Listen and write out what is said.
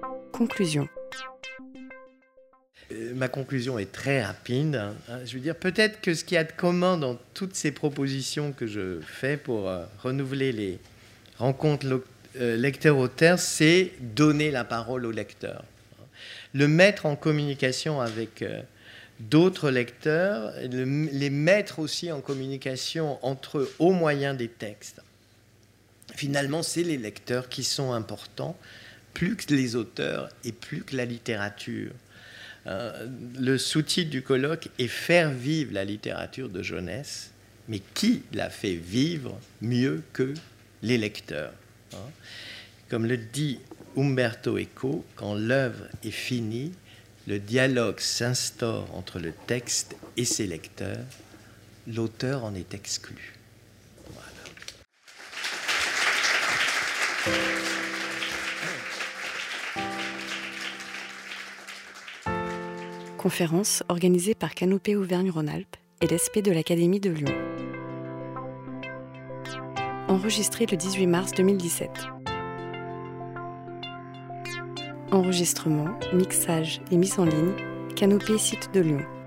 Conclusion. Ma conclusion est très rapide. Je veux dire, peut-être que ce qu'il y a de commun dans toutes ces propositions que je fais pour renouveler les rencontres lecteur-auteur, c'est donner la parole au lecteur. Le mettre en communication avec d'autres lecteurs, les mettre aussi en communication entre eux au moyen des textes. Finalement, c'est les lecteurs qui sont importants, plus que les auteurs et plus que la littérature. Le sous-titre du colloque est « Faire vivre la littérature de jeunesse », mais qui la fait vivre mieux que les lecteurs, Comme le dit Umberto Eco, quand l'œuvre est finie, le dialogue s'instaure entre le texte et ses lecteurs. L'auteur en est exclu. Conférence organisée par Canopée Auvergne-Rhône-Alpes et l'ESPE de l'Académie de Lyon. Enregistrée le 18 mars 2017. Enregistrement, mixage et mise en ligne, Canopée Site de Lyon.